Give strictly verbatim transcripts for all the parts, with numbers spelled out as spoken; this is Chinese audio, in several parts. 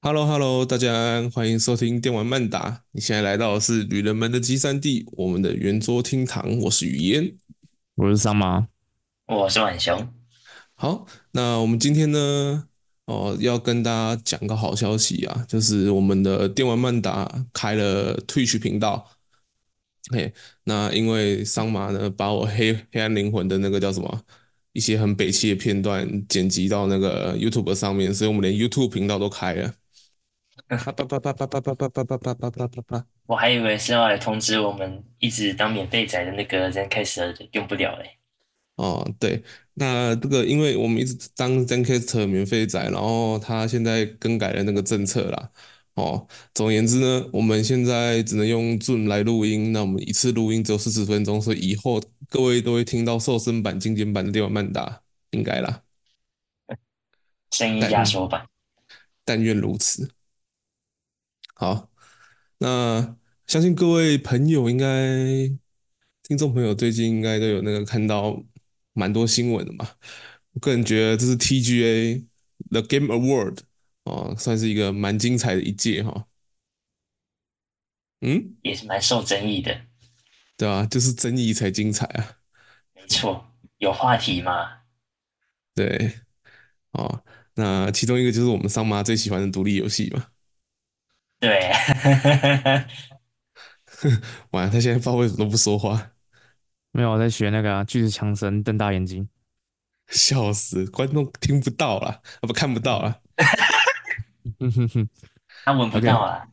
h e l l o h e l l o 大家欢迎收听电玩漫达。你现在来到的是旅人们的集散地，我们的圆桌厅堂。我是雨烟。 我是桑麻。 我是晚熊。 好，那我们今天呢，哦，要跟大家讲个好消息啊，就是我们的电玩漫达开了 Twitch 频道。嘿，那因为桑麻呢，把我黑黑暗灵魂的那个叫什么，一些很北气的片段剪辑到那个 YouTube 上面，所以我们连 YouTube 频道都开了。啪啪啪啪啪啪啪啪啪啪啪啪啪啪啪。 我还以为是要来通知我们一直当免费仔的那个人开始用不了嘞。 哦，对，那这个因为我们一直当 Zencastr 免费仔，然后他现在更改了那个政策啦。哦，总而言之呢，我们现在只能用 Zoom 来录音，那我们一次录音只有四十分钟，所以以后各位都会听到瘦身版、精简版的电玩漫打，应该啦。 声音压但缩版。 但愿如此。好，那相信各位朋友应该，听众朋友最近应该都有那个看到蛮多新闻的嘛。我个人觉得这是 T G A The Game Award 哦，算是一个蛮精彩的一届哈。嗯， 也是蛮受争议的。 对啊，就是争议才精彩啊。 没错，有话题嘛？ 对，哦，那其中一个就是我们桑妈最喜欢的独立游戏嘛。 对。 哇，他现在不知道为什么都不说话， 没有我在学那个啊巨石强森，瞪大眼睛。 笑死，观众听不到啦，啊不看不到嗯， 啦。 哼哼哼他闻不到 ，OK。 啊。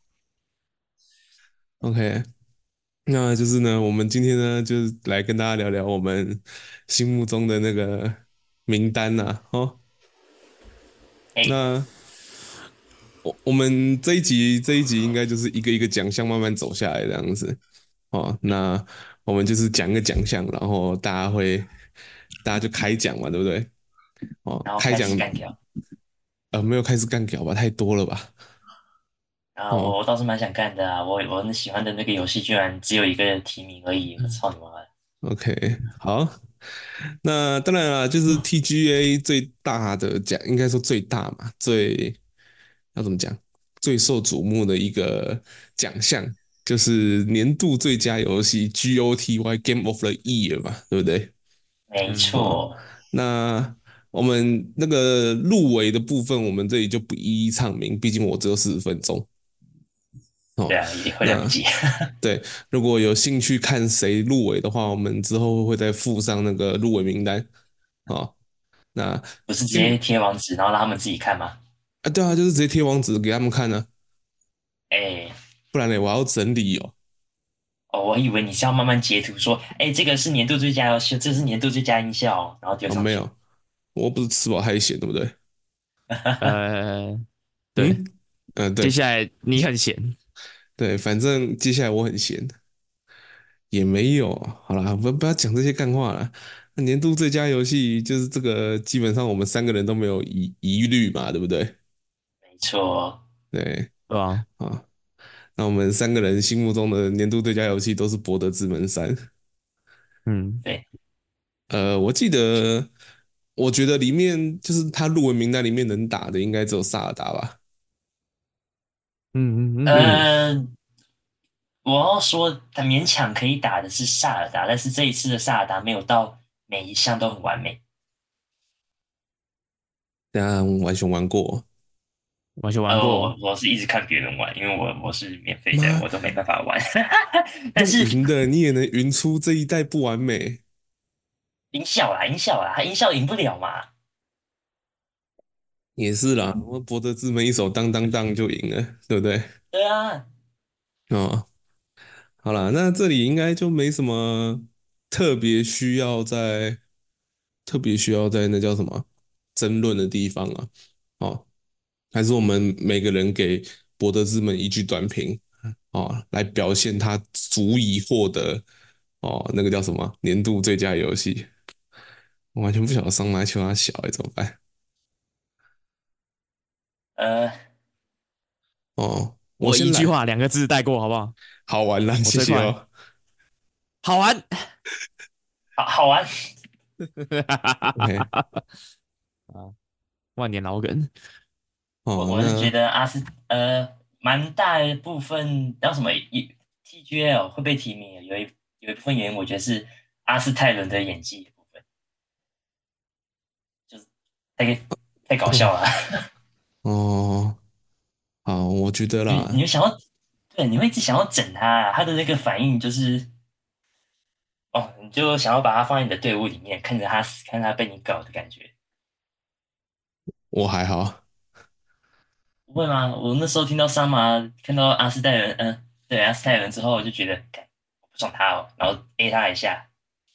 OK，那就是呢，我们今天呢，就是来跟大家聊聊我们心目中的那个名单呐、哦， 哎， 那我我们这一集这一集应该就是一个一个奖项慢慢走下来这样子。哦，那我们就是讲一个奖项，然后大家会大家就开奖嘛，对不对？哦， 然后开开奖始干掉。 呃没有开始干屌吧，太多了吧？ 啊，我哦我倒是蛮想干的啊，我我喜欢的那个游戏居然只有一个提名而已，我操你妈的！ ，OK，好，那当然啦，就是 T G A 最大的奖，应该说最大嘛，最要怎么讲，最受瞩目的一个奖项，就是年度最佳游戏 G O T Y Game of the Year 嘛，对不对？ 没嗯哦， 错。 那我们那个入围的部分，我们这里就不一一唱名，毕竟我只有四十分钟。哦， 对啊，也会来不那及。 对，如果有兴趣看谁入围的话，我们之后会再附上那个入围名单。哦，那不是直 Game 接贴网址，然后让他们自己看吗？ 啊，对啊，就是直接贴网址给他们看呢、 哎。 不然呢，我要整理哦。 哦，我以为你是要慢慢截图说，哎，这个是年度最佳游戏，这是年度最佳音效哦，然后丢哦， 上去。 没有，我不是吃饱太闲，对不对？ 呃，对， 嗯，嗯、呃对接下来你很闲。 对，反正接下来我很闲，也没有。好啦，不不要讲这些干话了。那年度最佳游戏就是这个，基本上我们三个人都没有疑疑虑嘛，对不对？ 没错。 对， 对吧？ 啊，那我们三个人心目中的年度最佳游戏都是《博德之门三》。 嗯对。 呃，我记得，我觉得里面就是他入围名单里面能打的，应该只有萨尔达吧。 嗯嗯嗯嗯。 嗯， 呃，我要说，他勉强可以打的是萨尔达，但是这一次的萨尔达没有到每一项都很完美。 等下完全玩过。 完全玩呃， 过。 我我是一直看别人玩，因为我我是免费的， 妈， 我都没办法玩。但用是云的你也能云出这一代不完美， 音效啦，音效啦，他音效赢不了嘛。 也是啦。我博德之门一手当当当就赢了，对不对？ 对啊。 哦，好啦，那这里应该就没什么特别需要在特别需要在那叫什么争论的地方啊。哦，还是我们每个人给博德之门一句短评哦，来表现他足以获得哦那个叫什么年度最佳游戏。我完全不晓得上马球他小哎，怎么办？ 呃， 哦，我我先来， 一句话两个字带过，好不好？ 好玩啦， 我最快。 谢谢哦。 好玩。 好好玩。 OK， 啊，万年老梗。 我哦， 我是觉那得阿斯呃蛮大的部分，叫什么一 T G L 会被提名的，有一有一部分原因，我觉得是阿斯泰伦的演技的部分，就是太太搞笑了。 哦，好，我觉得你你啦， 会想要对，你会一直想要整他啊，他的那个反应就是哦，你就想要把他放在你的队伍里面，看着他死，看着他被你搞的感觉。 我还好。 不会吗？我那时候听到桑麻看到阿斯泰伦，嗯、对阿斯泰伦之后，我就觉得，干我不爽他哦，然后 A 他一下，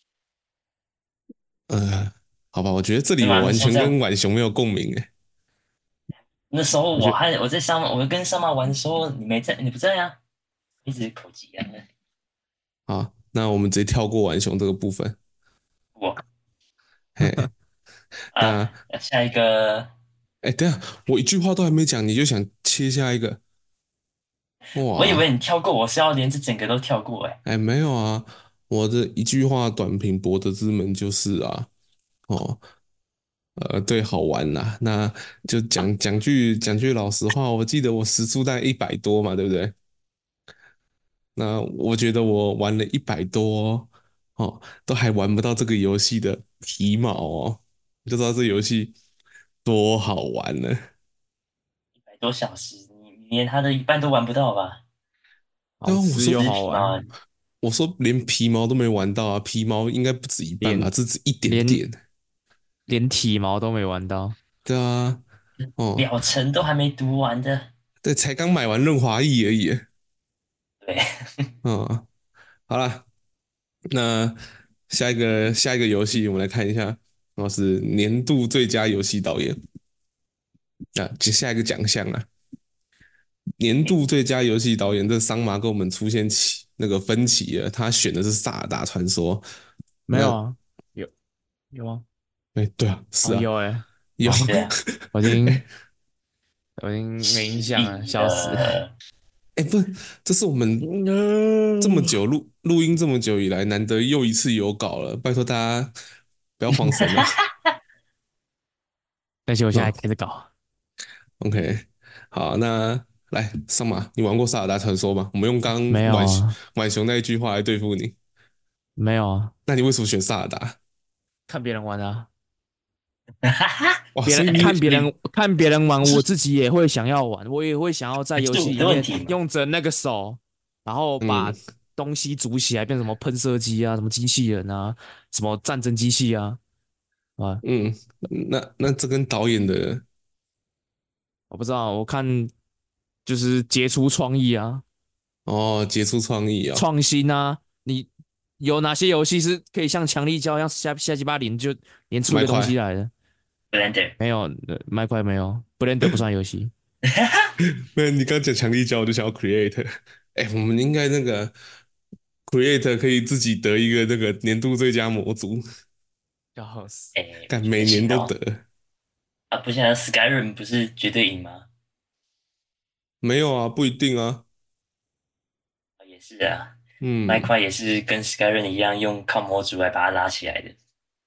呃，好吧，我觉得这里对吗？ 我完那时候在全跟浣熊没有共鸣诶。 那时候我觉得我还我在上我跟上马玩的时候，你没在，你不在啊，一直口急啊。 好，那我们直接跳过浣熊这个部分。 我嘿， 啊， 那下一个， 哎，等一下，我一句话都还没讲，你就想切下一个？ 我以为哇， 你跳过，我是要连这整个都跳过哎。 哎，没有啊，我的一句话短评博德之门就是啊，哦，呃，对，好玩啦，那就讲讲句讲句老实话，我记得我时速大概一百多嘛，对不对？那我觉得我玩了一百多哦，哦都还玩不到这个游戏的皮毛哦，你就知道这游戏多好玩了。 一百多小时，你你连他的一半都玩不到吧？ 对啊，我好吃又说只是好玩， 皮毛而已。 我说连皮毛都没玩到啊，皮毛应该不止一半吧， 连这只一点连点。 连体毛都没玩到。 对啊，哦， 表层都还没读完的， 对，才刚买完润滑液而已。 对， 嗯，好了，那下一个下一个游戏我们来看一下，然后是年度最佳游戏导演。那接下一个奖项啊，年度最佳游戏导演，这桑麻跟我们出现起那个分歧了，他选的是《萨尔达传说》。那没有啊？有有啊？ 哎，对啊，是哦， 啊， 有哎、 有， 哦， 对啊， 我已经我已经没印失象了， 忆笑死。 了。 哎，不，这是我们这么嗯， 久录录音这么久以来难得又一次有稿了，拜托大家不要晃神啊！ 但是我现在哦开始搞， ，OK，好，那来上马，你玩过《萨尔达传说》吗？我们用刚没刚浣熊有啊， 浣熊那一句话来对付你， 没有啊， 那你为什么选萨尔达？ 看别人玩啊， 哇， 别人所以你看别人你看别人玩，我不是自己也会想要玩，我也会想要在游是我戏里面的问题嘛？ 用着那个手，然后嗯把东西组起来，变成什么喷射机啊，什么机器人啊，什么战争机器啊，啊， 嗯，那那这跟导演的我不知道，我看就是杰出创意啊， 哦杰出创意哦， 创新啊，你有哪些游戏是可以像强力胶一样下下鸡巴连就连出一个东西麦块， 来的？ Blender， 没有，呃麦块没有，Blender 不算游戏。 没有你刚讲强力胶，我就想要 create，哎，我们应该那个 create 可以自己得一个那个年度最佳模组， 笑死！ 哎，我觉得干每年行哦。 都得。 啊，不像 Skyrim 不是绝对赢吗？ 没有啊，不一定啊。 啊也是啊，麦嗯块也是跟 Skyrim 一样，用靠模组来把它拉起来的。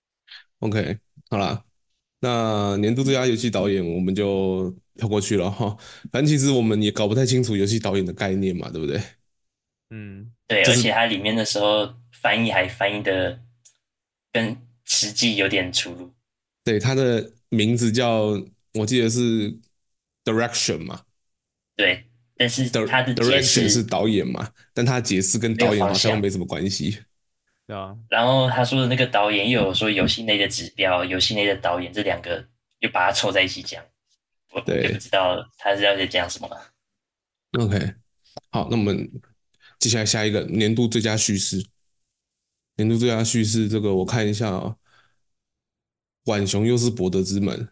，OK，好啦，那年度最佳游戏导演我们就跳过去了哈。反正其实我们也搞不太清楚游戏导演的概念嘛，对不对？ 嗯， 对，而且就是它里面的时候翻译还翻译的跟实际有点出入。 对他的名字叫，我记得是 direction 嘛对，但是它的解 ，direction 是释导演嘛，但他解释跟没有导演好像又方向。 没什么关系。 对啊， 然后他说的那个导演又有说游戏内的指标、游戏内的导演这两个又把它凑在一起讲，我我就不对知道他是要在讲什么了。 ，OK，好，那我们接下来下一个年度最佳叙事，年度最佳叙事这个我看一下啊、哦，浣熊又是博德之门，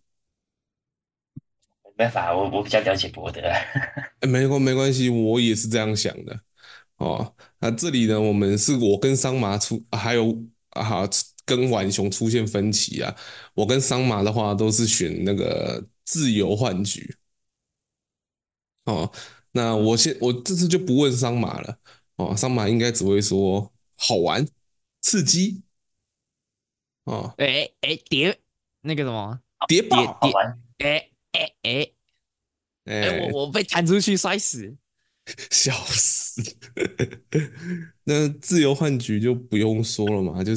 没办法，我我比较了解博德。 哎，没关没关系，我也是这样想的哦。那这里呢，我们是我跟桑麻出，啊还有啊哈，跟浣熊出现分歧啊。我跟桑麻的话都是选那个自由幻局哦。那我现我这次就不问桑麻了哦，桑麻应该只会说好玩、刺激哦， 哎哎，谍那个什么谍谍谍， 好玩， 哎哎哎， 哎，我哎， 我被弹出去摔死。 笑死！那自由幻局就不用说了嘛，就是，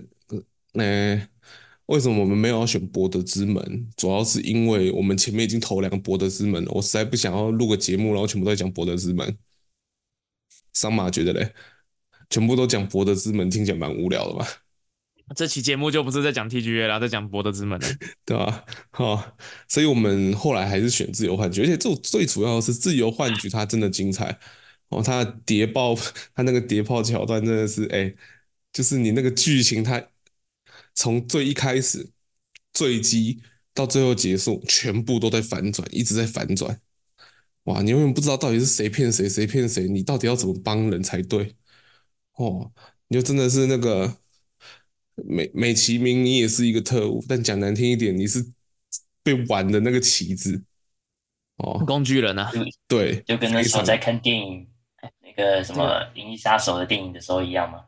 呃，为什么我们没有要选博德之门？主要是因为我们前面已经投两个博德之门了，我实在不想要录个节目，然后全部都在讲博德之门。桑马觉得嘞，全部都讲博德之门，听起来蛮无聊的吧？ 这期节目就不是在讲 T G A 啦，在讲博德之门了。 对吧？好，所以我们后来还是选自由幻局，而且最最主要的是自由幻局它真的精彩哦，它的谍报，它那个谍报桥段真的是，哎，就是你那个剧情，它从最一开始坠机到最后结束，全部都在反转，一直在反转，哇，你永远不知道到底是谁骗谁，谁骗谁，你到底要怎么帮人才对哦，你就真的是那个。美美其名你也是一个特务，但讲难听一点，你是被玩的那个棋子哦。 工具人啊。 就对， 就跟那非常时候在看电影那个什么这个 《银翼杀手》的电影的时候一样吗？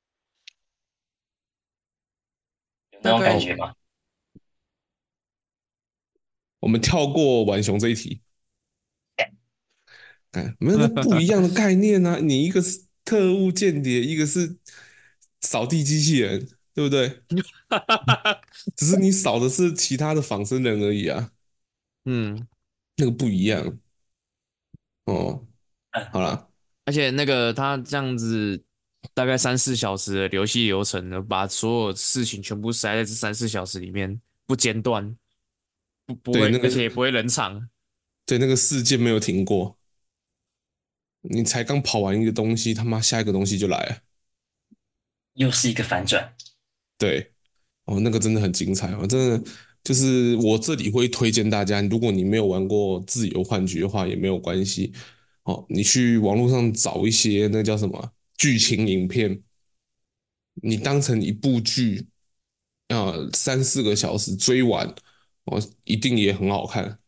有那种感大概哦。 觉吗？ 我们跳过浣熊这一题，哎，没有那不一样的概念啊。你一个是特务间谍，一个是扫地机器人，对不对？只是你扫的是其他的仿生人而已啊， 嗯， 那个不一样哦。 嗯， 好啦， 而且那个他这样子大概三四小时的游戏流程呢，把所有事情全部塞在这三四小时里面，不间断，不不对， 会， 那个而且也不会冷场。 对那个事件没有停过，你才刚跑完一个东西，他妈下一个东西就来了。 又是一个反转。 对，哦，那个真的很精彩哦，真的就是我这里会推荐大家，如果你没有玩过自由幻局的话，也没有关系。哦，你去网络上找一些那叫什么剧情影片，你当成一部剧，啊、三四个小时追完，哦，一定也很好看，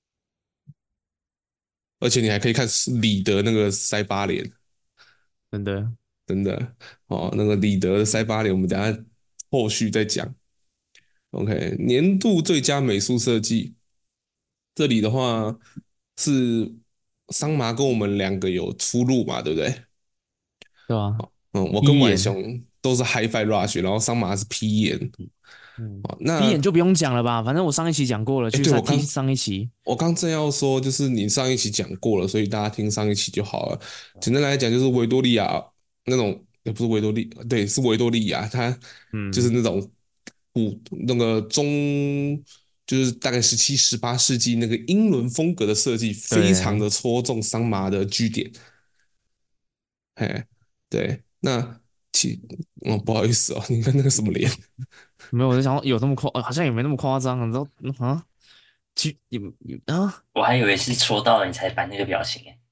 而且你还可以看李德那个塞巴脸， 真的。 真的哦，那个李德的塞巴脸，我们等下后续再讲。OK，年度最佳美术设计，这里的话是桑麻跟我们两个有出入嘛，对不对？ 对吧？ 嗯，我跟浣第一眼。 熊都是 HiFi Rush，然后桑麻是 P 眼。 嗯， 哦，那第一眼就不用讲了吧，反正我上一期讲过了， 哎，对我刚去再听上一期。 我刚正要说，就是你上一期讲过了，所以大家听上一期就好了。简单来讲，就是维多利亚那种，也不是维多利，对，是维多利亚，它就是嗯， 那种古那个中，就是大概十七、十八世纪那个英伦风格的设计，非常对。 的戳中桑麻的据点。嘿，对，那其，哦，不好意思哦，你看那个什么脸没有，我在想有那么夸，呃好像也没那么夸张，你知道嗯啊？其有有啊？ 我还以为是戳到了你才摆那个表情诶。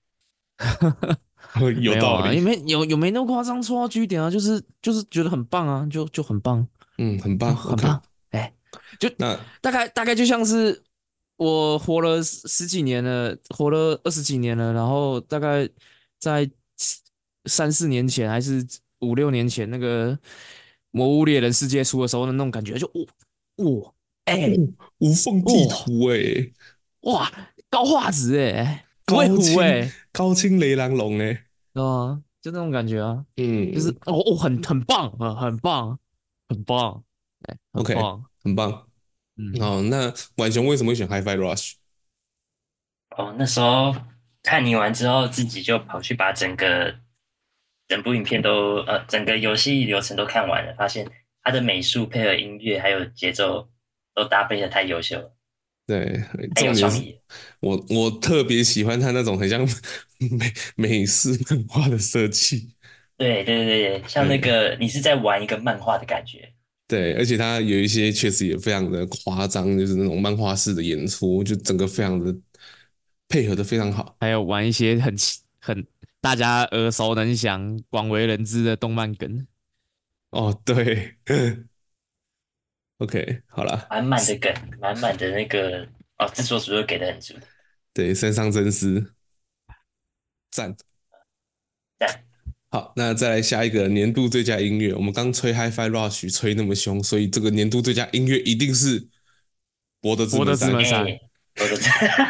有没有啊，也道理， 没有有没那么夸张，戳到据点啊，就是就是觉得很棒啊，就就很棒。 嗯，很哦， 棒，OK。 很棒。哎，就那大概大概就像是我活了十十几年了，活了二十几年了，然后大概在三四年前还是五六年前，那个《魔物猎人》世界出的时候的那种感觉，就哇哇哦， 哎无缝地哇图诶， 哇高画质哎，不会高清糊哎， 高清雷狼龙诶， 对吧？就那种感觉啊，就是嗯哦哦很很棒啊，很棒，很棒，哎，很 ，OK， 棒。 很棒。 嗯。 好，那浣熊为什么会选 HiFi Rush？ 哦，那时候看你完之后，自己就跑去把整个整部影片都呃整个游戏流程都看完了，发现它的美术配合音乐还有节奏都搭配的太优秀了， 对， 太有重点是创意了。 我我特别喜欢他那种很像美美式漫画的设计， 对对对对，像那对个你是在玩一个漫画的感觉。 对，而且他有一些确实也非常的夸张，就是那种漫画式的演出，就整个非常的配合的非常好。 还有玩一些很很大家耳熟能详、广为人知的动漫梗。 哦，对，OK，好了， 满满的梗，满满的那个哦，制作组又给的很足， 对，山上真司赞。 赞。 好，那再来下一个年度最佳音乐。我们刚吹 HiFi Rush 吹那么凶，所以这个年度最佳音乐一定是《博德之博德门三》。 之门三。 哎， 我的这，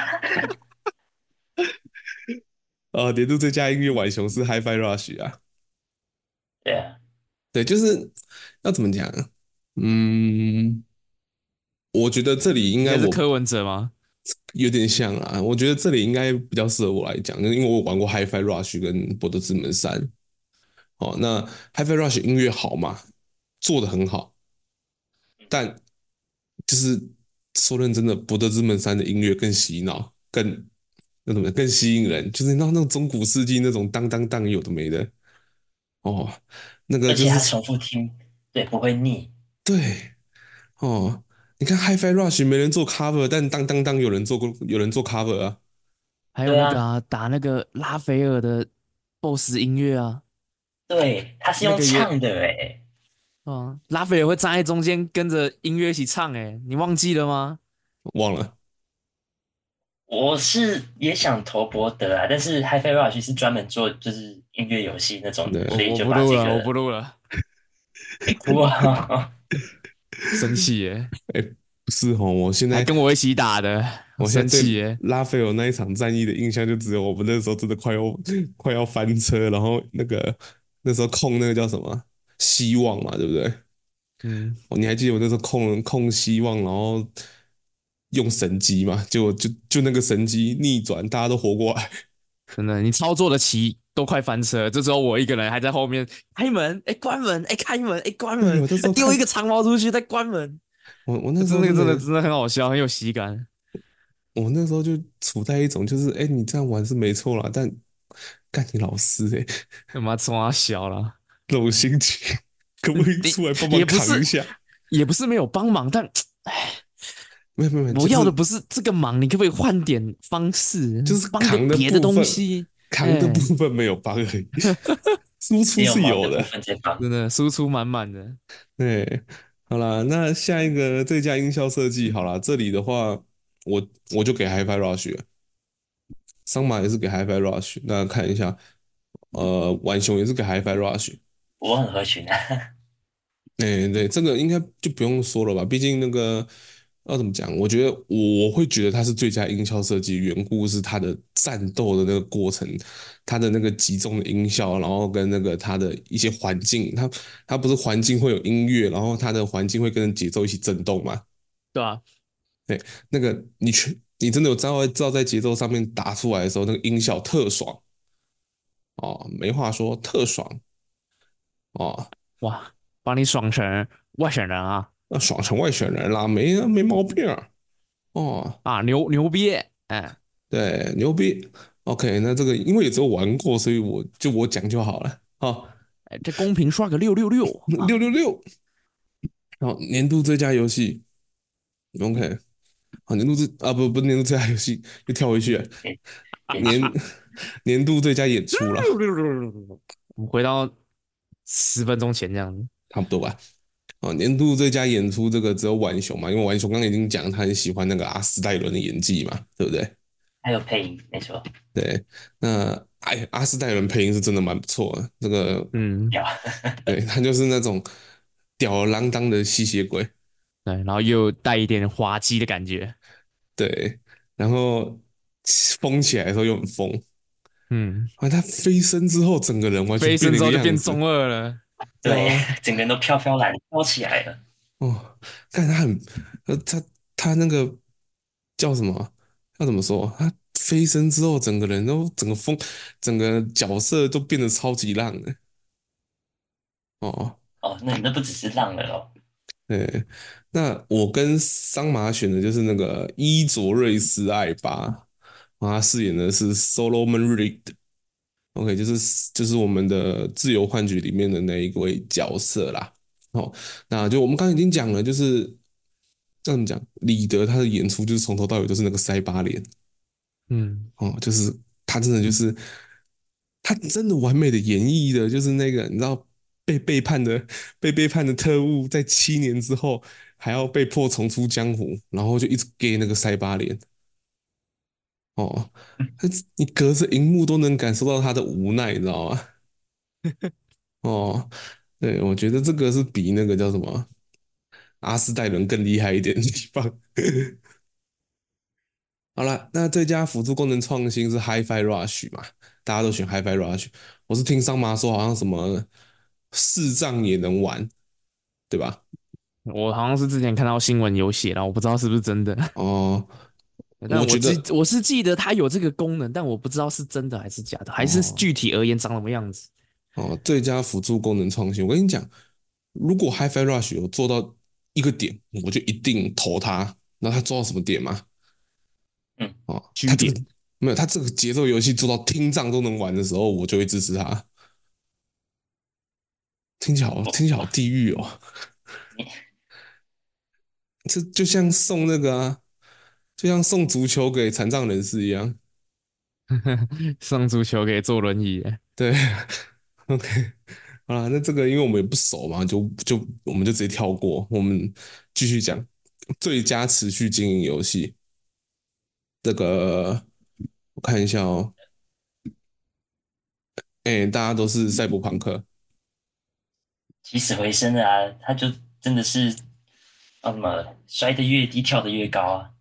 呃，年度最佳音乐浣熊是 Hi-Fi Rush 啊。 对啊， 对，就是要怎么讲啊？嗯，我觉得这里应该我应该是柯文哲吗？ 有点像啊，我觉得这里应该比较适合我来讲，因为我玩过 Hi-Fi Rush 跟博德之门三。哦，那 Hi-Fi Rush 音乐好嘛，做的很好，但就是说认真的，博德之门三的音乐更洗脑，更那怎么更吸引人，就是那那种中古世纪那种当当当有的没的哦，那个就是而且他重复听，对，不会腻。 对哦。你看 Hi-Fi Rush 没人做 cover，但当当当有人做过，有人做 cover 啊。 还有对啊， 那个啊，打那个拉斐尔的 B O S S 音乐啊， 对，他是用那个也唱的诶。 啊，拉斐尔会站在中间跟着音乐一起唱，诶，你忘记了吗？ 忘了。 我是也想投博德啊，但是 Hi-Fi Rush 是专门做就是音乐游戏那种的， 我我对， 所以就不录了，我不把这个录了， 给哭啊。 生气耶！ 哎，不是哦，我现在还跟我一起打的，我生我现在对气耶！ 拉斐尔那一场战役的印象就只有我们那时候真的快要快要翻车，然后那个那时候控那个叫什么希望嘛，对不对？ 嗯， 哦，你还记得我那时候控控希望，然后用神机嘛，结果就就那个神机逆转，大家都活过来。 真的，你操作的棋都快翻车了，这时候我一个人还在后面开门，哎，关门，哎，开门，哎，关对， 门， 我那时候看， 丢一个长矛出去，再关门， 我我那时这那个候真的， 真的真的很好笑，很有喜感。 我那时候就处在一种就是，哎，你这样玩是没错啦，但干你老师哎， 他妈冲他小了， 这种心情，可不可以也出来帮忙也不是扛一下？ 也不是没有帮忙，但没有没有没有，就是我要的不是这个忙，你可不可以换点方式， 就是帮个扛的别的部分， 东西？ 扛的部哎， 分没有帮而已，输出没有是忙的部有的。 分在帮。 真的输出满满的。 对，好啦，那下一个最佳音效设计，好啦，这里的话，我我就给 Hi-Fi Rush 了，桑马也是给 Hi-Fi Rush，那看一下，呃，浣熊也是给 Hi-Fi Rush。 我很合群啊。 哎，对，这个应该就不用说了吧？毕竟那个要怎么讲？我觉得我会觉得它是最佳音效设计，缘故是它的战斗的那个过程，它的那个集中的音效，然后跟那个它的一些环境，它它不是环境会有音乐，然后它的环境会跟着节奏一起震动嘛？ 对吧？ 对，那个你去，你真的有知道知道在节奏上面打出来的时候，那个音效特爽哦，没话说，特爽哦， 哇，把你爽成外省人啊那爽成外选人啦，没没毛病啊哦。 啊，牛牛逼！哎对，牛逼。OK，那这个因为也只有玩过，所以我就我讲就好了。好， 哎，这公屏刷个六六六啊！ 六六六，好，年度最佳游戏，OK，好，年度最啊不不年度最佳游戏又跳回去了， 演演年出年度最佳演出了， 我们回到十分钟前这样子。 差不多吧。哦，年度最佳演出这个只有浣熊嘛，因为浣熊刚刚已经讲他很喜欢那个阿斯戴伦的演技嘛，对不对？ 还有配音，没错。 对，那哎，阿斯戴伦配音是真的蛮不错的，这个嗯， 有。 对他就是那种吊儿郎当的吸血鬼。 对，然后又带一点滑稽的感觉。 对，然后疯起来的时候又很疯， 嗯， 啊，他飞升之后，整个人完全飞变了一个升之后就变样子。 中二了。 对， 哦整个人都飘飘然飘起来了。 哦，看他很，呃，他他那个叫什么啊？要怎么说？他飞升之后，整个人都整个疯，整个角色都变得超级烂了。哦， 哦，那那不只是浪了哦。 对，那我跟桑麻选的就是那个伊佐瑞斯艾巴，他饰演的是 Solomon Reed。OK，就是就是我们的自由幻局里面的那一位角色啦。哦，那就我们刚刚已经讲了，就是这样讲，李德他的演出就是从头到尾都是那个塞巴脸嗯， 哦，就是他真的就是他真的完美的演绎的，就是那个你知道被背叛的被背叛的特务，在七年之后还要被迫重出江湖，然后就一直给那个塞巴脸哦，他你隔着荧幕都能感受到他的无奈，你知道吗？哦，对，我觉得这个是比那个叫什么阿斯戴伦更厉害一点的地方。 好了，那最佳辅助功能创新是 HiFi Rush 嘛？大家都选 HiFi Rush。我是听桑麻说，好像什么视障也能玩，对吧？ 我好像是之前看到新闻有写了，我不知道是不是真的。 哦， 但我记我觉得我是记得它有这个功能，但我不知道是真的还是假的，还是哦具体而言长什么样子。 哦，最佳辅助功能创新，我跟你讲，如果 HiFi Rush 有做到一个点，我就一定投他。那他做到什么点吗？ 嗯， 哦，他这个据点。 没有，他这个节奏游戏做到听障都能玩的时候，我就会支持他。听起来好，听起来好我我地狱哦。 你这就像送那个啊，就像送足球给残障人士一样。 上足球可以坐轮椅耶。 对，OK，好了，那这个因为我们也不熟嘛，就就我们就直接跳过，我们继续讲最佳持续经营游戏。这个我看一下哦，哎，大家都是赛博朋克， 起死回生的啊，他就真的是啊什么摔得越低，跳得越高啊。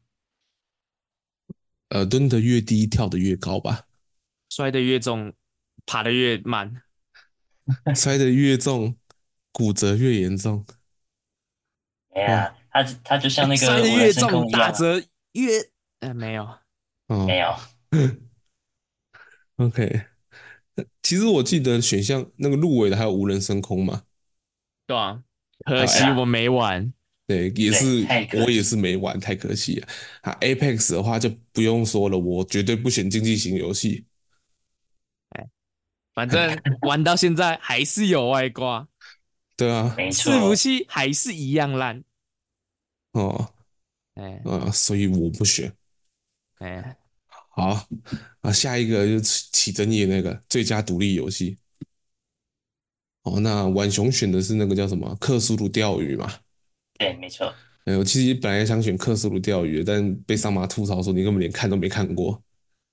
呃，蹲得越低，跳得越高吧， 摔得越重，爬得越慢。 摔得越重，骨折越严重。 哎呀， 哇， 他他就像那摔得个无人升越重， 空一样啊。 打折越……呃，没有。 哦没有， ，OK，其实我记得选项那个入围的还有无人升空嘛， 对啊，可还有对 A， 惜我啊， 没玩。 对，也对， 是太可惜。 我也是没玩，太可惜了。啊，Apex 的话就不用说了，我绝对不选竞技型游戏。 哎，反正玩到现在还是有外挂， 对啊， 没伺服错， 器还是一样烂。 哦， 哎啊，所以我不选。 哎， 好啊，下一个就是起起争议的那个最佳独立游戏。哦，那浣熊选的是那个叫什么克苏鲁钓鱼嘛？ 对，没错。 哎，我其实本来想选克苏鲁钓鱼，但被桑麻吐槽说你根本连看都没看过。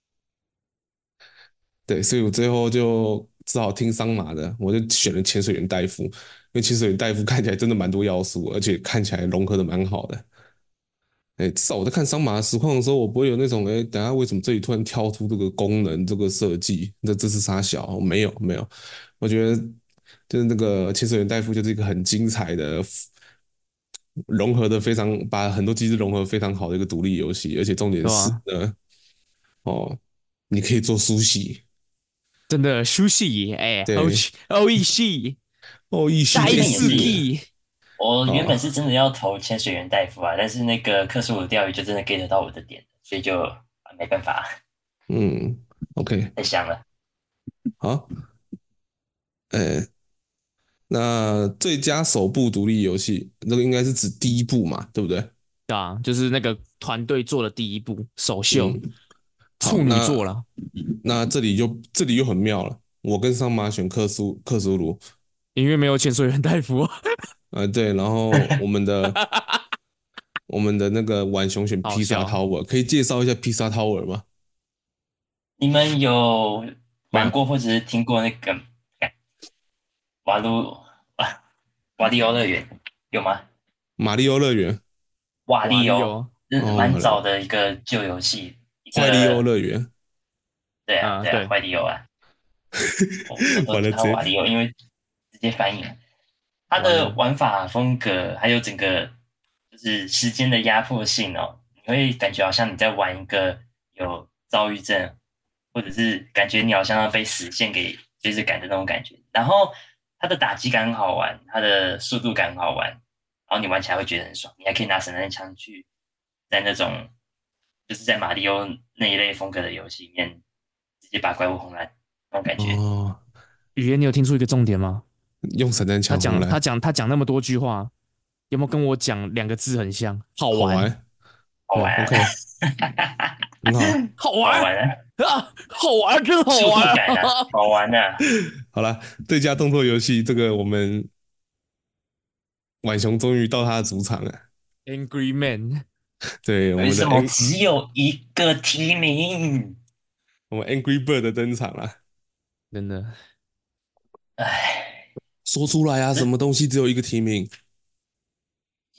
对，所以我最后就只好听桑麻的，我就选了潜水员戴夫，因为潜水员戴夫看起来真的蛮多要素，而且看起来融合的蛮好的。哎，至少我在看桑麻实况的时候，我不会有那种哎，等下为什么这里突然跳出这个功能、这个设计，那这是啥小？没有没有，我觉得就是那个潜水员戴夫就是一个很精彩的融合的非常，把很多机制融合得非常好的一个独立游戏，而且重点是对吧？ 呢，哦，你可以做苏洗， 真的舒适，哎，欧对， 欧意系， 哦，一须这大给边也是， 死的。 好き。 我原本哦， 是真的要投潜水员戴夫啊，但是那个克苏鲁钓鱼就真的 get 到我的点，所以就啊没办法， 嗯，OK， 太香了。 好，呃，那最佳首部独立游戏，这个应该是指第一部嘛，对不对？ 对啊，就是那个团队做的第一部首秀， 嗯，好， 处女那座了。 那这里就这里又很妙了，我跟上马选克苏克苏鲁， 因为没有潜水员戴夫。 呃，对，然后我们的我们的那个浣熊选披萨好笑。 Tower，可以介绍一下披萨 Tower 吗？ 你们有没有， 玩过或者是听过那个瓦鲁啊瓦利欧乐园有吗？ 马里奥乐园， 瓦利欧， 瓦力哦。 嗯， 哦， 蛮早的一个旧游戏，一坏利欧个乐园， 对啊啊， 对啊， 对。 坏利欧啊，我我都完了叫他直接瓦利欧，因为直接翻译了。它的完了。 玩法风格，还有整个就是时间的压迫性哦，你会感觉好像你在玩一个有躁郁症，或者是感觉你好像要被死线给追着赶的那种感觉。然后它的打击感很好玩，它的速度感很好玩，然后你玩起来会觉得很爽，你还可以拿散弹枪去在那种就是在马里奥那一类风格的游戏里面直接把怪物轰烂那种感觉。 哦， 语言，你有听出一个重点吗？ 用散弹他讲他枪轰来， 讲他讲那么多句话，有没有跟我讲两个字很像？好玩。 好玩哦好玩啊， ，OK，很好。 好玩好玩啊， 啊，好玩，真好速度玩感啊， 啊好玩啊。 好了，最佳动作游戏，这个我们浣熊终于到他的主场了。 ！Angry Man。 对，我们的为什么 Ang 只有一个提名？ 我们 Angry Bird 的登场了。 真的。 哎， 说出来啊，什这么东西只有一个提名？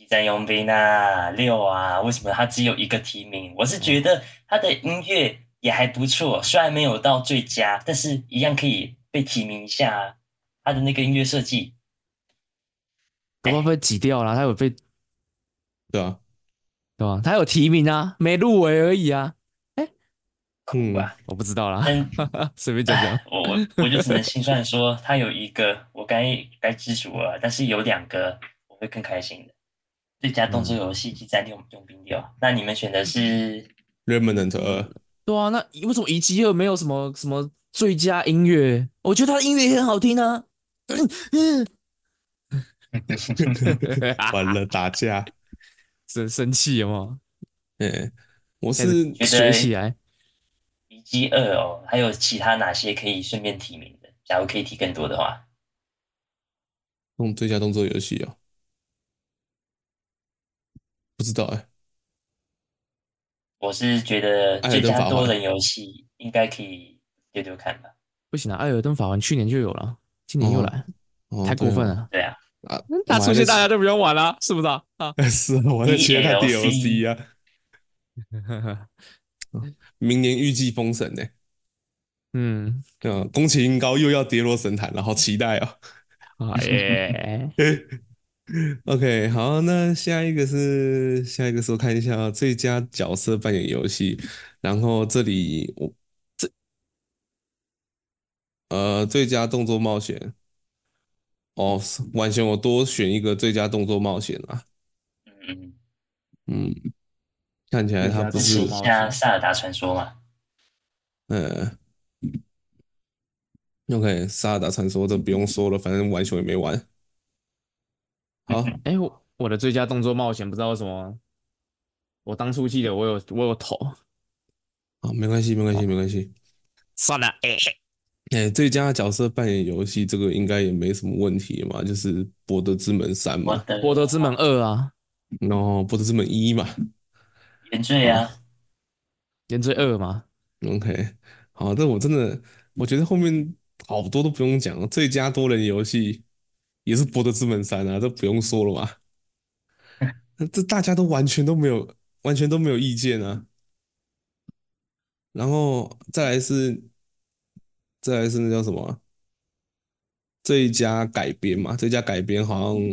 战佣兵啊，六啊，为什么他只有一个提名？我是觉哇， 得他的音乐也还不错，虽然没有到最佳，但是一样可以被提名一下啊。他的那个音乐设计，哎， 搞不好被挤掉了，他有被对啊， 对吧？他有提名啊，没入围而已啊。哎， 嗯， 酷啊！ 我不知道啦， 但随便讲讲。 哎，我我我就只能心算说，他有一个我该该知足了，但是有两个我会更开心的。最佳动作嗯， 游戏即战用佣兵六，那你们选的是？ Remnant 嗯， 二， 对啊，那为什么遗迹二没有什么什么最佳音乐？我觉得他的音乐也很好听啊。 完了打架， 生生气有吗？ 哎，我开始是觉得学起来。 遗迹二哦，还有其他哪些可以顺便提名的？假如可以提更多的话， 用最佳动作游戏哦，不知道哎， 我是觉得艾尔最佳登法环多人游戏应该可以丢丢看吧。 不行啊，艾尔登法环去年就有了，今年又哦来， 哦， 太过对哦， 分了。 对啊啊， 嗯他我还在期， 出现大家就不用玩了，是不是啊？啊， 是啊，我还在期待它 D L C ，D L C 啊，明年预计封神呢， 嗯， 嗯，宫崎英高又要跌落神坛了，好期待哦。 啊耶， OK，好，那下一个是下一个是我看一下啊最佳角色扮演游戏，然后这里我呃最佳动作冒险哦，完全我多选一个最佳动作冒险啊， 嗯， 嗯，看起来最佳它不支持动作一下是冒险。 《萨尔达传说》嘛。 呃 OK，萨尔达传说这不用说了，反正完全也没玩。好哎，我我的最佳动作冒险不知道为什么，我当初记得我有我有投。 好，没关系，没关系，没哦， 关系。 算了，哎， 哎，最佳角色扮演游戏这个应该也没什么问题嘛，就是《博德之门三》嘛， 我的博德之门二啊， 然后《博德之门一》嘛， 原罪啊啊， 原罪二嘛。 ，OK，好，这我真的我觉得后面好多都不用讲了，最佳多人游戏也是《博德之门三》啊，这不用说了嘛，那这大家都完全都没有完全都没有意见啊，然后再来是再来是那叫什么啊最佳改编嘛，最佳改编好像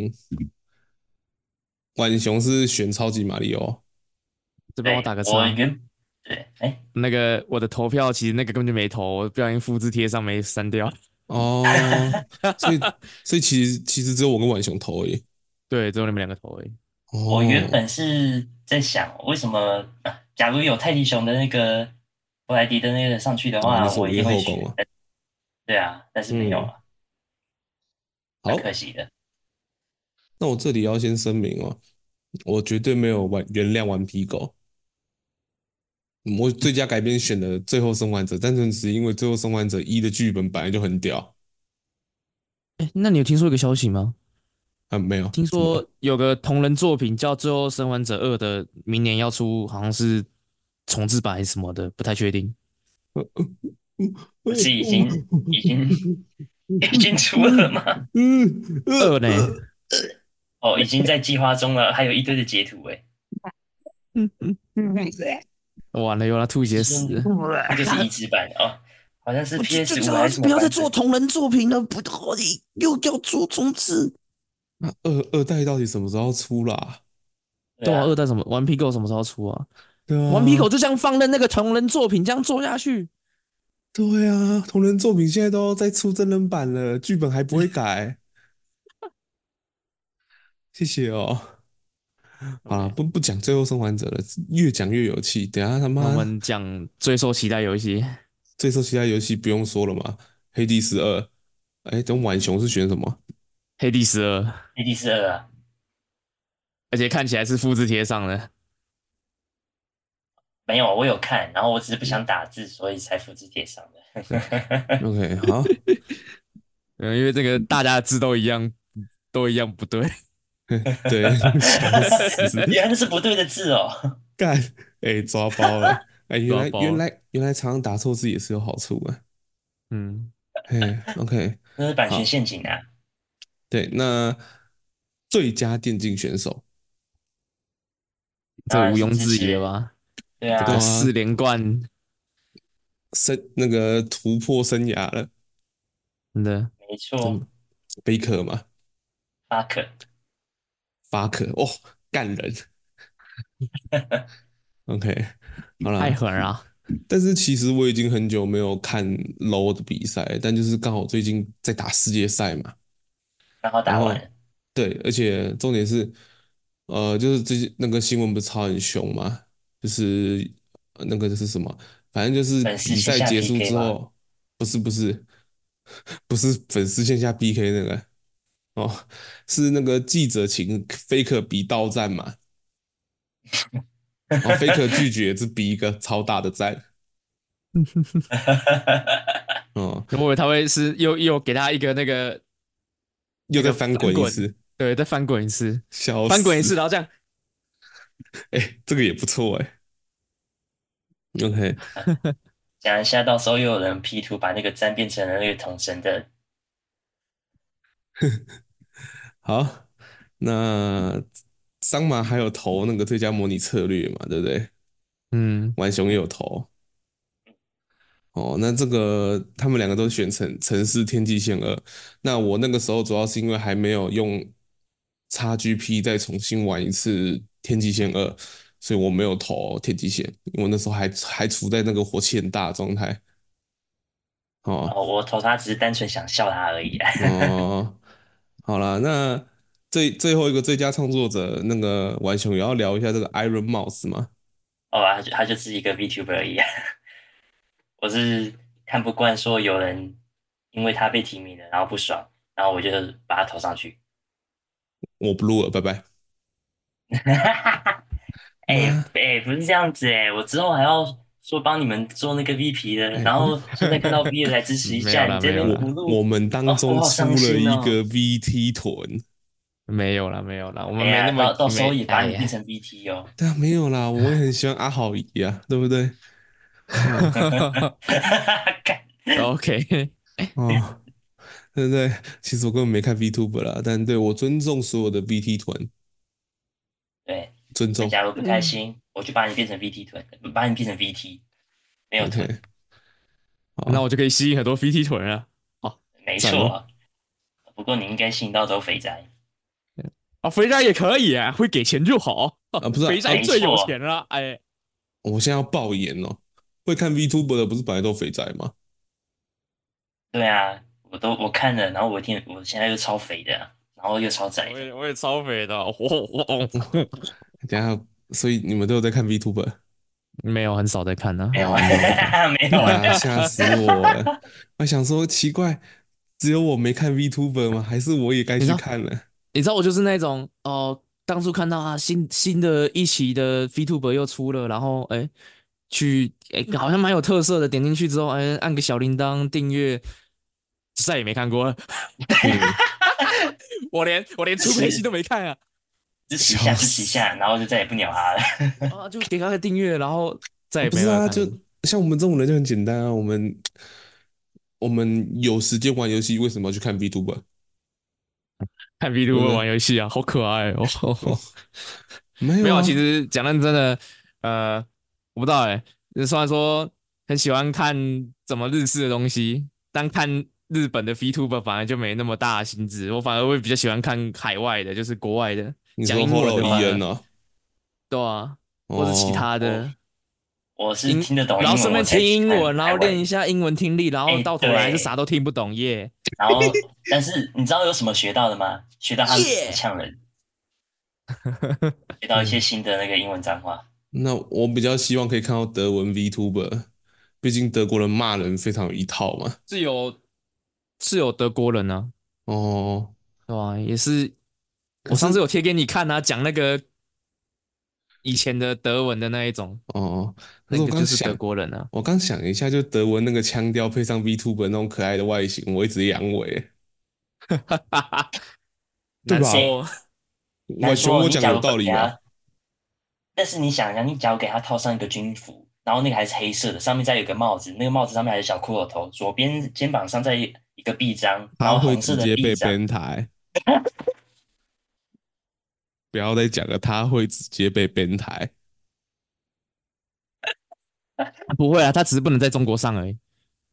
浣熊是选超级马里奥这帮我对， 打个叉。 我原对，哎， 那个我的投票其实那个根本就没投，我不小心复制贴上没删掉。 哦，所以所以其实其实只有我跟浣熊投而已。 对，只有你们两个投而已。 我原哦， 本是在想，为什么，啊假如有泰迪熊的那个布莱迪的那个上去的啊，你话， 是我们我一定会选。 后宫啊。 但对啊，但是没有嗯， 啊，蛮可好， 惜的。 那我这里要先声明哦，我绝对没有玩原谅顽皮狗。嗯我最佳改编选的《最后生还者》，单纯只是因为《最后生还者一》的剧本本来就很屌哎，那你有听说一个消息吗？ 啊，没有， 听怎么了？ 说有个同人作品叫《最后生还者二》的，明年要出，好像是重制版还是什么的，不太确定。 不是已经已经已经出了吗？ 二呢？ 哦，已经在计划中了，还有一堆的截图诶。 嗯嗯，完了，又要吐你是说血死了。 那个是移植版的哦？好像是我就就 P S 五叫他还是什不要再做么版本？ 同人作品了，不，我又要做重置。 那二二代到底什么时候出啦？ 对对啊，二啊， 代什么顽皮狗什么时候出啊？ 对顽皮狗啊， 就这样放任那个同人作品这样做下去， 对啊，同人作品现在都要在出真人版了，剧本还不会改，谢谢哦。好了， OK， 不不讲最后生还者了，越讲越有气。等一下他妈那我们讲最受期待游戏最受期待游戏不用说了嘛，黑帝十二。哎，等浣熊是选什么？ 《黑帝十二》， A D 四二啊， 而且看起来是复制贴上的。 没有，我有看，然后我只是不想打字，所以才复制贴上的。 OK，好， 嗯，因为这个大家的字都一样，都一样不对。 对，笑死， 原来那是不对的字哦。 干，哎，抓包了，哎，原来原抓包。 来原来常常打错字也是有好处的， 嗯， 嘿，OK， 那是版权好， 陷阱啊！ 对，那最佳电竞选手， 这毋当然是庸置疑的支持。 吧？ 对啊， 这个对啊， 四连冠， 生那个突破生涯了， 真的， 没错， 真的。贝克嘛， 巴克。 巴克哦，干人。OK，好太啦， 狠了啊。 但是其实我已经很久没有看 L O 的比赛，但就是刚好最近在打世界赛嘛， 刚好然后打完了。 对，而且重点是，呃，就是这些那个新闻不是吵很凶嘛，就是呃那个是什么？反正就是粉丝比线下赛结束 P K 吗？ 之后，不是不是不是粉丝线下 P K 那个哦，是那个记者请 Faker 比到站嘛，然后 Faker 拒绝，是比一个超大的赞哦， 我以为他会是又又给他一个那个那个又再翻翻滚， 滚一次， 对，再翻滚一次， 笑翻滚一次， 死！ 然后这样， 哎，这个也不错哎，OK。 讲一下，到时候又有人 P 图把那个赞变成了那个统神的。 好，那桑马还有投那个最佳模拟策略嘛，对不对？ 嗯玩熊也有投哦。那这个他们两个都选成城市天际线二。那我那个时候主要是因为还没有用 x G P 再重新玩一次天际线二，所以我没有投天际线，因为我那时候还还处在那个火气很大的状态。哦哦，我投他只是单纯想笑他而已啊。 哦，好啦，那最最后一个最佳创作者那个玩熊也要聊一下这个 Iron Mouse 嘛。 哦，他就他就是一个 VTuber 而已啊。我是看不惯说有人因为他被提名了，然后不爽，然后我就把他投上去。 我不录了，拜拜。 哎妈， 哎，不是这样子哎，我之后还要说帮你们做那个 V P 的， 哎， 然后现在看到 V 了才支持一下，你没有啦， 这边没有啦， 我不录。 我们当哦，我中好伤出了心哦。 一个 V T 臀， 没有啦，没有啦，我们哎呀， 没那么到到时候没， 也把哎呀， 你变成 V T 哦。 但没有啦，我也很喜欢阿好姨啊，对不对？哦干。 OK， 哦，对不对？其实我根本没看 VTuber 啦，但对我尊重所有的 V T 团， 对， 尊重。 那假如不开嗯， 心，我就把你变成 V T 臀，把你变成 V T，没有臀。 OK，好， 那我就可以吸引很多 V T 臀了。好， 没赞哦。 错。不过你应该吸引到都肥宅。 啊，肥宅也可以啊，会给钱就好。 啊，不是啊，啊肥宅最有没错。 钱了，哎， 我现在要爆言哦，会看 VTuber 的不是本来都肥宅吗？ 对啊，我都我看了，然后我一天我现在又超肥的啊，然后又超窄的。 我也我也超肥的，我我等一下，所以你们都有在看 VTuber 没有很少在看呢、 没有。 哦？ 没有。 啊，吓死我了！我想说，奇怪，只有我没看 VTuber 吗？还是我也该去你知道， 看了？ 你知道我就是那种哦、当初看到啊新新的一期的 VTuber 又出了，然后哎去哎好像蛮有特色的，点进去之后哎按个小铃铛订阅，再也没看过了。 嗯， 我连我连支持出配戏都没看啊。 支持一下， 笑死支持一下，然后就再也不鸟他了。 啊，就给他个订阅，然后再啊！ 也不是啊， 没有看。 就像我们这种人就很简单啊，我们我们有时间玩游戏，为什么要去看 VTuber？ 看对不 VTuber 玩对？ 游戏啊，好可爱哦。 哦，没没有啊，其有啊， 实讲认真的，呃，我不知道哎、虽然说很喜欢看怎么日式的东西，但看日本的 VTuber 反而就没那么大的心智，我反而会比较喜欢看海外的，就是国外的你说讲英文 Holo 的，反 E N 而哦， 对啊，或是其哦， 我他的我是英， 听得懂英文， 然后顺便我才听英文， 去看然后海外的。 练一下英文听力，然后哎， 到头来还是啥对， 都听不懂耶然后但是你知道有什么学到的吗？学到他们怎么耶。 呛人，学到一些嗯， 新的那个英文脏话。 那我比较希望可以看到德文 VTuber，毕竟德国人骂人非常有一套嘛。 是有是有德国人啊， 哦， 对吧、也是我上次可是有贴给你看啊，讲那个以前的德文的那一种， 哦，可是我那个就是德刚想， 国人啊。 我刚想一下，就德文那个腔调配上 VTuber 那种可爱的外形，我一直阳痿， 哈哈哈， 对吧？ 难说。 婉雄， 难说， 我讲有你假如道理吧？ 给他，但是你想一下，你假如给他套上一个军服，然后那个还是黑色的，上面再有一个帽子，那个帽子上面还有小骷髅头，左边肩膀上再一个臂章，然他会后红色的直接被臂章。 ban 台。 不要再讲了，他会直接被编台。 不会啊，他只是不能在中国上而已，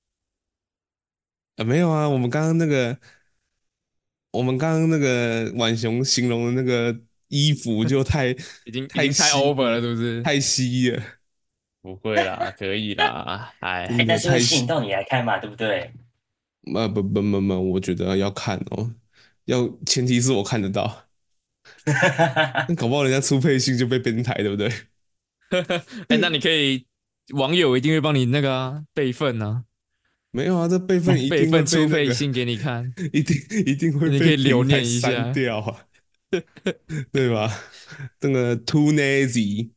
啊，没有啊，我们刚刚那个，我们刚刚那个浣熊形容的那个衣服就太已经已太经太 over 了， 稀， 是不是？ 太稀了， 不会啦，可以啦， 哎， 真的哎， 但是会太稀。 吸引到你来看嘛，对不对？ 呃，不不不不，我觉得要看哦，要前提是我看得到，那搞不好人家出配信就被编台，对不对？ 哎，那你可以，网友一定会帮你那个啊备份啊， 没有啊，这备份一备定会份出被那个， 配信给你看， 一定一定会被你可以留平台念一删下。 掉啊，对吧？那个 too lazy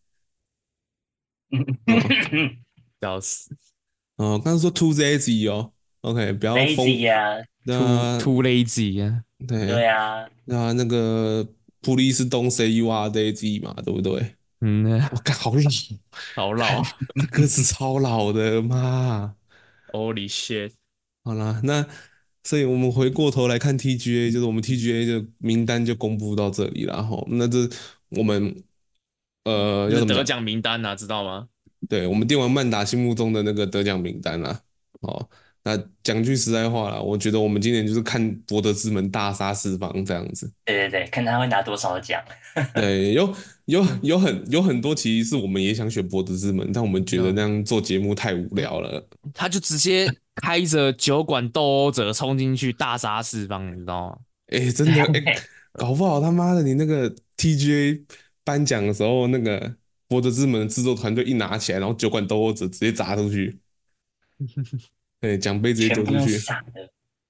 哦笑死哦，刚刚说 too lazy 哦，OK，不要疯。 ，lazy 呀， ，too 那 too lazy 啊， 对， 对啊， 那那个 Please don't say you are lazy 嘛，对不对？ 嗯， 我靠，好老， 好老这歌词超老的，妈！ ，Holy shit， 好啦，那所以我们回过头来看 T G A，就是我们 T G A 就名单就公布到这里了哈。那这我们呃这是要怎么讲？ 得奖名单呐，知道吗？ 对，我们电玩漫打心目中的那个得奖名单啦。哦，那讲句实在话啦，我觉得我们今年就是看博德之门大杀四方这样子。 对对对，看他会拿多少奖。 对，有有有很有很多其实是我们也想选博德之门，但我们觉得那嗯， 样做节目太无聊了。 他就直接开着酒馆斗殴者冲进去大杀四方，你知道吗？ 哎，真的哎，搞不好他妈的你那个 T G A 颁奖的时候，那个博德之门的制作团队一拿起来，然后酒馆斗殴者直接砸出去，对，奖杯直接全部用丢出去， 撒的，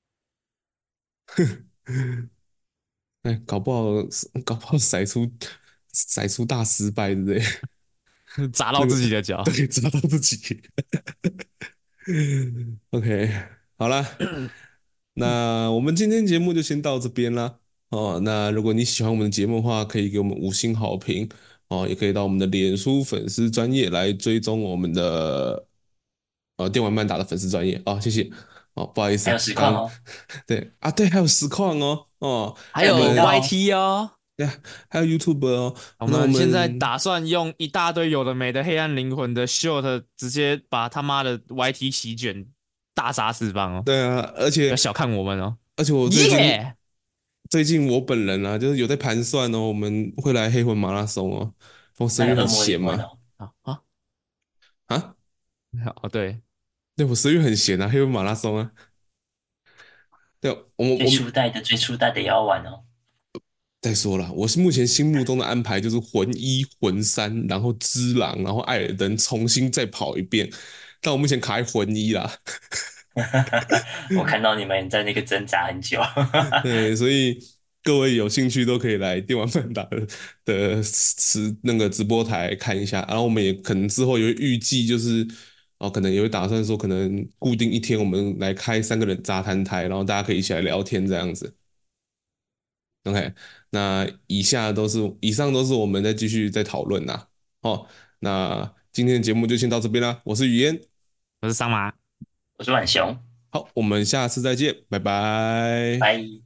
哎，搞不好搞不好甩出甩出大失败，对不对？ 砸到那个自己的脚。 对，砸到自己。OK，好啦，那我们今天节目就先到这边啦。哦，那如果你喜欢我们的节目的话，可以给我们五星好评哦，也可以到我们的脸书粉丝专业来追踪我们的呃电玩漫打的粉丝专业哦，谢谢哦，不好意思啊， 还有实况刚哦， 对啊，对，还有实况哦哦， 还有频还有我们道哦。 Y T 哦， 对啊，还有 YouTube 哦， 我那我们现在们打算用一大堆有的没的黑暗灵魂的 short，直接把他妈的 Y T 席卷，大杀四方哦！ 对啊，而且不要小看我们哦， 而且我最近耶！ 最近我本人啊，就是有在盘算哦，我们会来黑魂马拉松哦。我十月很那个恶魔闲嘛， 灵魂哦， 啊啊， 啊， 哦对， 对，我十月很闲啊，黑魂马拉松啊。对，我们最我们初代的最初代的也要玩哦。 再说了，我是目前心目中的安排就是魂一、魂三，然后只狼，然后艾尔登重新再跑一遍。但我目前卡在魂一啦， 我看到你们在那个挣扎很久。 对，所以各位有兴趣都可以来电玩漫打的的直那个直播台看一下，然后我们也可能之后有预计就是哦，可能也会打算说，可能固定一天我们来开三个人杂谈台，然后大家可以一起来聊天这样子。OK，那以下都是以上都是我们再继续再讨论呐。哦，那今天的节目就先到这边啦，我是雨嫣， 我是桑麻。 我是浣熊， 好，我们下次再见，拜拜。 拜。